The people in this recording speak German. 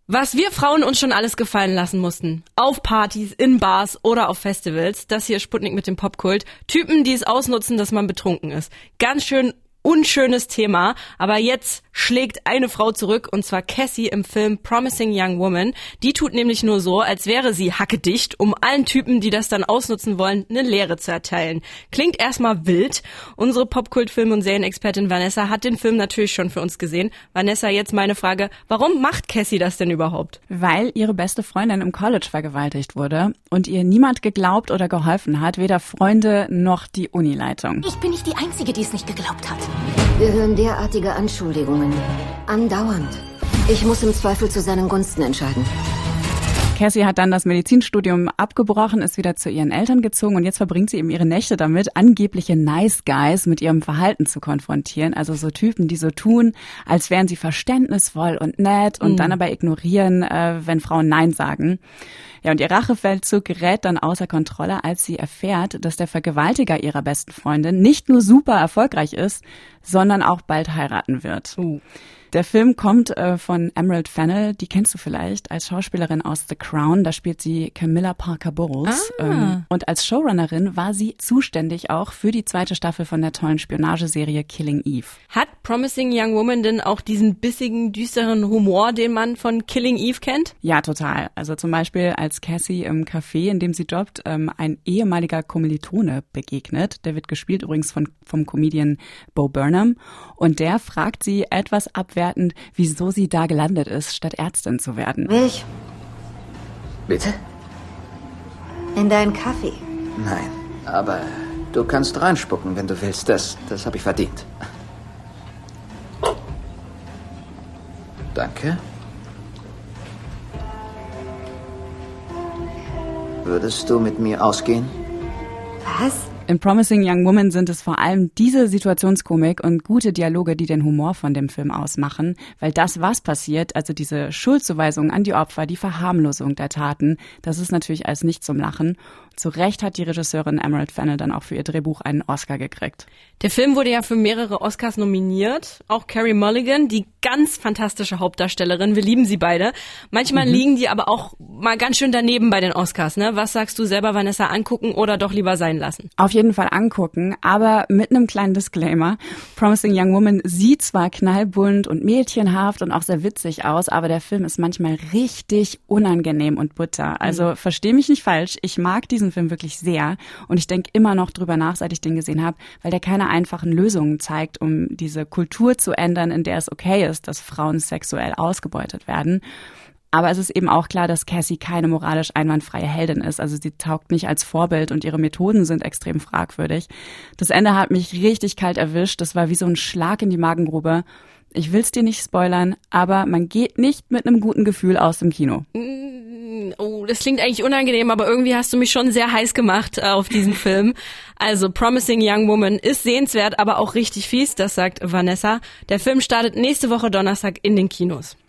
Was wir Frauen uns schon alles gefallen lassen mussten. Auf Partys, in Bars oder auf Festivals. Das hier ist Sputnik mit dem Popkult. Typen, die es ausnutzen, dass man betrunken ist. Ganz schön unschönes Thema, aber jetzt schlägt eine Frau zurück, und zwar Cassie im Film Promising Young Woman. Die tut nämlich nur so, als wäre sie hackedicht, um allen Typen, die das dann ausnutzen wollen, eine Lehre zu erteilen. Klingt erstmal wild. Unsere Popkult-Film- und Serienexpertin Vanessa hat den Film natürlich schon für uns gesehen. Vanessa, jetzt meine Frage, warum macht Cassie das denn überhaupt? Weil ihre beste Freundin im College vergewaltigt wurde und ihr niemand geglaubt oder geholfen hat, weder Freunde noch die Unileitung. Ich bin nicht die Einzige, die es nicht geglaubt hat. Wir hören derartige Anschuldigungen. Andauernd. Ich muss im Zweifel zu seinen Gunsten entscheiden. Cassie hat dann das Medizinstudium abgebrochen, ist wieder zu ihren Eltern gezogen und jetzt verbringt sie eben ihre Nächte damit, angebliche Nice Guys mit ihrem Verhalten zu konfrontieren. Also so Typen, die so tun, als wären sie verständnisvoll und nett und dann aber ignorieren, wenn Frauen Nein sagen. Ja, und ihr Rachefeldzug gerät dann außer Kontrolle, als sie erfährt, dass der Vergewaltiger ihrer besten Freundin nicht nur super erfolgreich ist, sondern auch bald heiraten wird. Der Film kommt von Emerald Fennell, die kennst du vielleicht, als Schauspielerin aus The Crown. Da spielt sie Camilla Parker Bowles. Und als Showrunnerin war sie zuständig auch für die zweite Staffel von der tollen Spionageserie Killing Eve. Hat Promising Young Woman denn auch diesen bissigen, düsteren Humor, den man von Killing Eve kennt? Ja, total. Also zum Beispiel, als Cassie im Café, in dem sie jobbt, ein ehemaliger Kommilitone begegnet. Der wird gespielt übrigens vom Comedian Bo Burnham. Und der fragt sie etwas abwertend, wieso sie da gelandet ist, statt Ärztin zu werden. Milch? Bitte? In deinen Kaffee? Nein, aber du kannst reinspucken, wenn du willst. Das habe ich verdient. Danke. Würdest du mit mir ausgehen? Was? In Promising Young Woman sind es vor allem diese Situationskomik und gute Dialoge, die den Humor von dem Film ausmachen, weil das, was passiert, also diese Schuldzuweisung an die Opfer, die Verharmlosung der Taten, das ist natürlich alles nicht zum Lachen. Zu Recht hat die Regisseurin Emerald Fennell dann auch für ihr Drehbuch einen Oscar gekriegt. Der Film wurde ja für mehrere Oscars nominiert. Auch Carey Mulligan, die ganz fantastische Hauptdarstellerin. Wir lieben sie beide. Manchmal liegen die aber auch mal ganz schön daneben bei den Oscars, ne? Was sagst du selber, Vanessa, angucken oder doch lieber sein lassen? Auf jeden Fall angucken, aber mit einem kleinen Disclaimer. Promising Young Woman sieht zwar knallbunt und mädchenhaft und auch sehr witzig aus, aber der Film ist manchmal richtig unangenehm und bitter. Also versteh mich nicht falsch, ich mag diesen Film wirklich sehr und ich denke immer noch drüber nach, seit ich den gesehen habe, weil der keine einfachen Lösungen zeigt, um diese Kultur zu ändern, in der es okay ist, dass Frauen sexuell ausgebeutet werden. Aber es ist eben auch klar, dass Cassie keine moralisch einwandfreie Heldin ist. Also sie taugt nicht als Vorbild und ihre Methoden sind extrem fragwürdig. Das Ende hat mich richtig kalt erwischt. Das war wie so ein Schlag in die Magengrube. Ich will's dir nicht spoilern, aber man geht nicht mit einem guten Gefühl aus dem Kino. Oh, das klingt eigentlich unangenehm, aber irgendwie hast du mich schon sehr heiß gemacht auf diesen Film. Also Promising Young Woman ist sehenswert, aber auch richtig fies, das sagt Vanessa. Der Film startet nächste Woche Donnerstag in den Kinos.